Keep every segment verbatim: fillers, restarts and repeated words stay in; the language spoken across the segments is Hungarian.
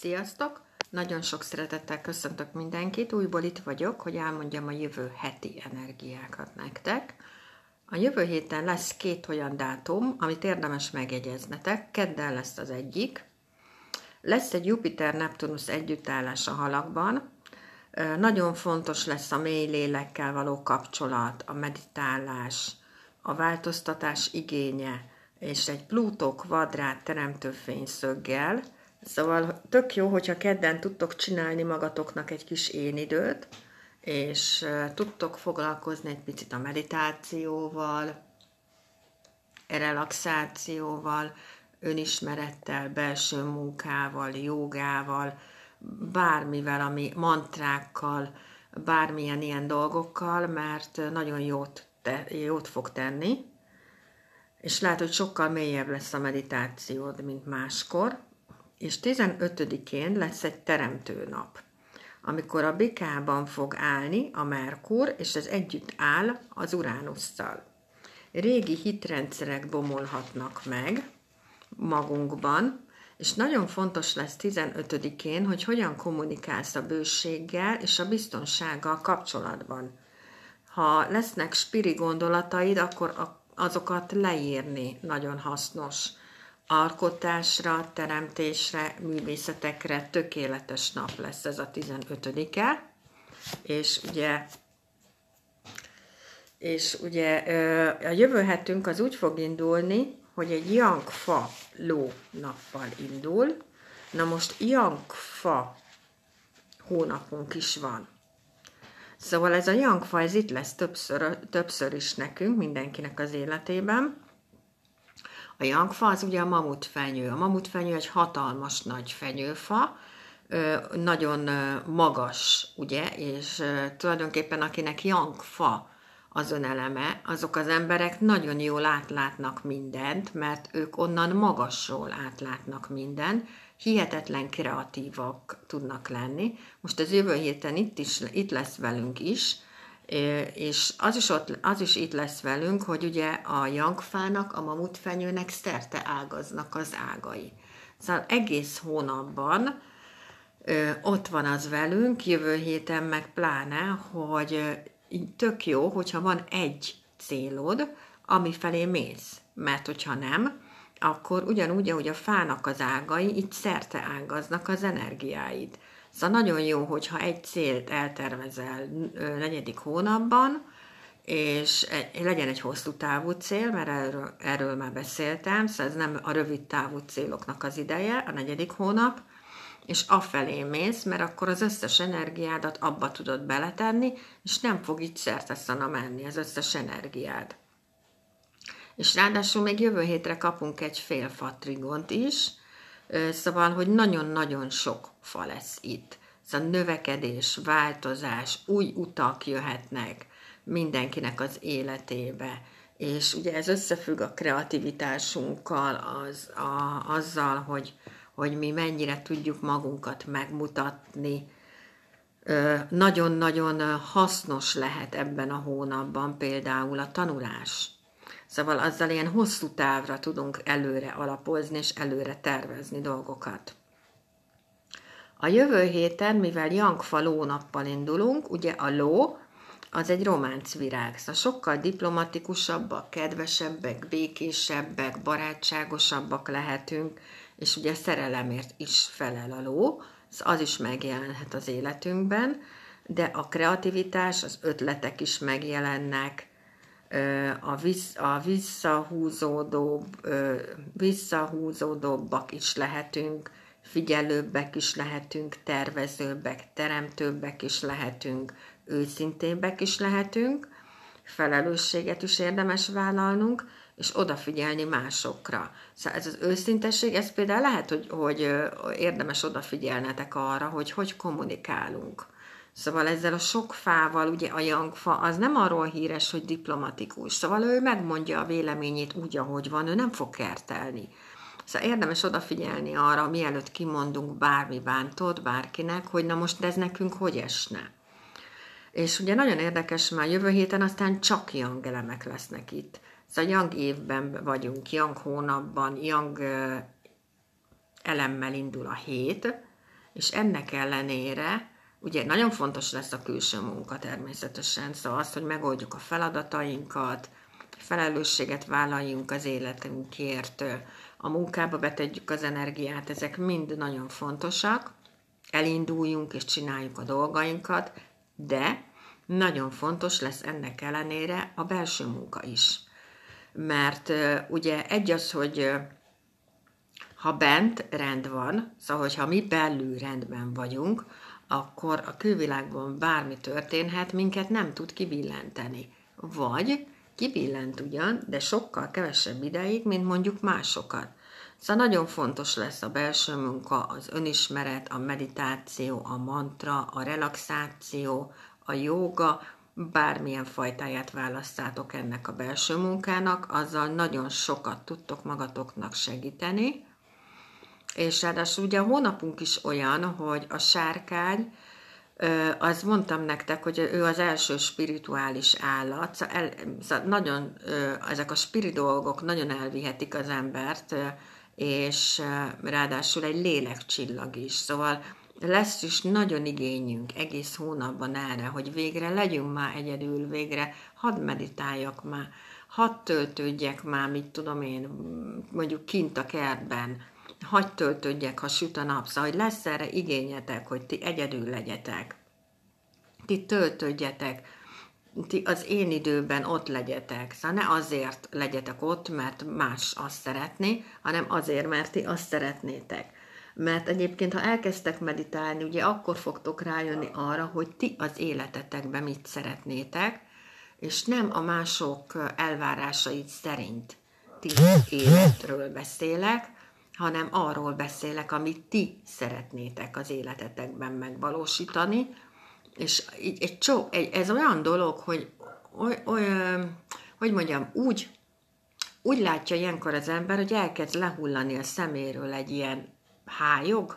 Sziasztok! Nagyon sok szeretettel köszöntök mindenkit, újból itt vagyok, hogy elmondjam a jövő heti energiákat nektek. A jövő héten lesz két olyan dátum, amit érdemes megjegyeznetek. Kedden lesz az egyik. Lesz egy Jupiter-Neptunusz együttállás a Halakban. Nagyon fontos lesz a mély lélekkel való kapcsolat, a meditálás, a változtatás igénye, és egy Plutó kvadrát teremtő fényszöggel. Szóval tök jó, hogyha kedden tudtok csinálni magatoknak egy kis énidőt, és tudtok foglalkozni egy picit a meditációval, relaxációval, önismerettel, belső munkával, jogával, bármivel, ami mantrákkal, bármilyen ilyen dolgokkal, mert nagyon jót, te, jót fog tenni, és lehet, hogy sokkal mélyebb lesz a meditációd, mint máskor. És tizenötödikén lesz egy teremtő nap, amikor a Bikában fog állni a Merkur, és ez együtt áll az Uránusszal. Régi hitrendszerek bomolhatnak meg magunkban, és nagyon fontos lesz tizenötödikén, hogy hogyan kommunikálsz a bőséggel és a biztonsággal kapcsolatban. Ha lesznek spiri gondolataid, akkor azokat leírni nagyon hasznos. Alkotásra, teremtésre, művészetekre tökéletes nap lesz ez a tizenötödike, és ugye, és ugye a jövő hetünk az úgy fog indulni, hogy egy Yang-fa ló nappal indul. Na most Yang-fa hónapunk is van. Szóval ez a Yang-fa, ez itt lesz többször, többször is nekünk, mindenkinek az életében. A Yang-fa az ugye a mamutfenyő. A mamutfenyő egy hatalmas nagy fenyőfa, nagyon magas, ugye, és tulajdonképpen akinek Yang-fa az öneleme, azok az emberek nagyon jól átlátnak mindent, mert ők onnan magasról átlátnak mindent, hihetetlen kreatívak tudnak lenni. Most az jövő héten itt, is, itt lesz velünk is, és az is, ott, az is itt lesz velünk, hogy ugye a Yang-fának, a mamutfenyőnek szerte ágaznak az ágai. Szóval egész hónapban ö, ott van az velünk, jövő héten meg pláne, hogy ö, tök jó, hogyha van egy célod, ami felé mész. Mert hogyha nem, akkor ugyanúgy, ahogy a fának az ágai, itt szerte ágaznak az energiáid. Szóval nagyon jó, hogyha egy célt eltervezel negyedik hónapban, és legyen egy hosszú távú cél, mert erről, erről már beszéltem, szóval ez nem a rövid távú céloknak az ideje, a negyedik hónap, és afelé mész, mert akkor az összes energiádat abba tudod beletenni, és nem fog így szerteszana menni az összes energiád. És ráadásul még jövő hétre kapunk egy fél fa trigont is, szóval, hogy nagyon-nagyon sok fa lesz itt. Szóval növekedés, változás, új utak jöhetnek mindenkinek az életébe. És ugye ez összefügg a kreativitásunkkal, az, a, azzal, hogy, hogy mi mennyire tudjuk magunkat megmutatni. Nagyon-nagyon hasznos lehet ebben a hónapban például a tanulás. Szóval azzal ilyen hosszú távra tudunk előre alapozni és előre tervezni dolgokat. A jövő héten, mivel Yang-fa lónappal indulunk, ugye a ló az egy románcvirág, szóval sokkal diplomatikusabbak, kedvesebbek, békésebbek, barátságosabbak lehetünk, és ugye szerelemért is felel a ló, az is megjelenhet az életünkben, de a kreativitás, az ötletek is megjelennek, a, vissz, a visszahúzódóbb, visszahúzódóbbak is lehetünk, figyelőbbek is lehetünk, tervezőbbek, teremtőbbek is lehetünk, őszintébbek is lehetünk, felelősséget is érdemes vállalnunk, és odafigyelni másokra. Szóval ez az őszintesség, ez például lehet, hogy, hogy érdemes odafigyelnetek arra, hogy hogy kommunikálunk. Szóval ezzel a sok fával, ugye a Yang-fa, az nem arról híres, hogy diplomatikus. Szóval ő megmondja a véleményét úgy, ahogy van, ő nem fog kertelni. Szóval érdemes odafigyelni arra, mielőtt kimondunk bármi bántót bárkinek, hogy na most ez nekünk hogy esne. És ugye nagyon érdekes, már jövő héten aztán csak Yang elemek lesznek itt. Szóval Yang évben vagyunk, Yang hónapban, Yang elemmel indul a hét, és ennek ellenére, ugye nagyon fontos lesz a külső munka természetesen, szóval az, hogy megoldjuk a feladatainkat, felelősséget vállaljunk az életünkért, a munkába betegyük az energiát, ezek mind nagyon fontosak, elinduljunk és csináljuk a dolgainkat, de nagyon fontos lesz ennek ellenére a belső munka is. Mert uh, ugye egy az, hogy uh, ha bent rend van, szóval hogyha mi belül rendben vagyunk, akkor a külvilágban bármi történhet, minket nem tud kibillenteni. Vagy kibillent ugyan, de sokkal kevesebb ideig, mint mondjuk másokat. Szóval nagyon fontos lesz a belső munka, az önismeret, a meditáció, a mantra, a relaxáció, a jóga, bármilyen fajtáját választátok ennek a belső munkának, azzal nagyon sokat tudtok magatoknak segíteni. És ráadásul ugye a hónapunk is olyan, hogy a sárkány, az mondtam nektek, hogy ő az első spirituális állat, szóval el, szóval nagyon, ezek a spirit dolgok nagyon elvihetik az embert, és ráadásul egy lélekcsillag is, szóval lesz is nagyon igényünk egész hónapban erre, hogy végre legyünk már egyedül, végre hadd meditáljak már, hadd töltődjek már, mit tudom én, mondjuk kint a kertben, hadd töltődjek, ha süt a nap, szóval hogy lesz erre igényetek, hogy ti egyedül legyetek, ti töltődjetek, ti az én időben ott legyetek, szóval ne azért legyetek ott, mert más azt szeretné, hanem azért, mert ti azt szeretnétek. Mert egyébként, ha elkezdtek meditálni, ugye akkor fogtok rájönni arra, hogy ti az életetekben mit szeretnétek, és nem a mások elvárásait szerint ti életről beszélek, hanem arról beszélek, amit ti szeretnétek az életetekben megvalósítani, és egy csó, egy, ez olyan dolog, hogy oly, oly, hogy mondjam, úgy, úgy látja ilyenkor az ember, hogy elkezd lehullani a szeméről egy ilyen hályog,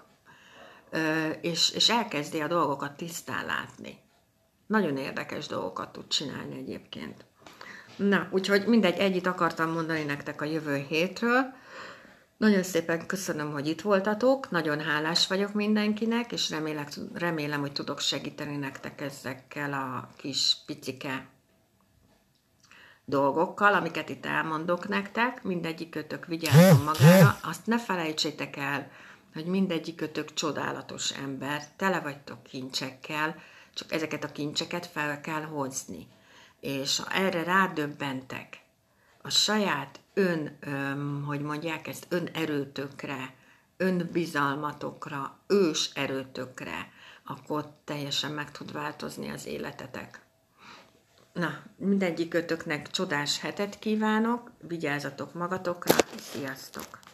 és, és elkezdi a dolgokat tisztán látni. Nagyon érdekes dolgokat tud csinálni egyébként. Na, úgyhogy mindegy, egyit akartam mondani nektek a jövő hétről. Nagyon szépen köszönöm, hogy itt voltatok, nagyon hálás vagyok mindenkinek, és remélek, remélem, hogy tudok segíteni nektek ezekkel a kis picike dolgokkal, amiket itt elmondok nektek. Mindegyikötök vigyázzon magára, azt ne felejtsétek el, hogy mindegyikötök csodálatos ember, tele vagytok kincsekkel, csak ezeket a kincseket fel kell hozni. És ha erre rádöbbentek, a saját ön, öm, hogy mondják ezt, önerőtökre, önbizalmatokra, ős erőtökre, akkor teljesen meg tud változni az életetek. Na, mindegyikötöknek csodás hetet kívánok, vigyázzatok magatokra, sziasztok!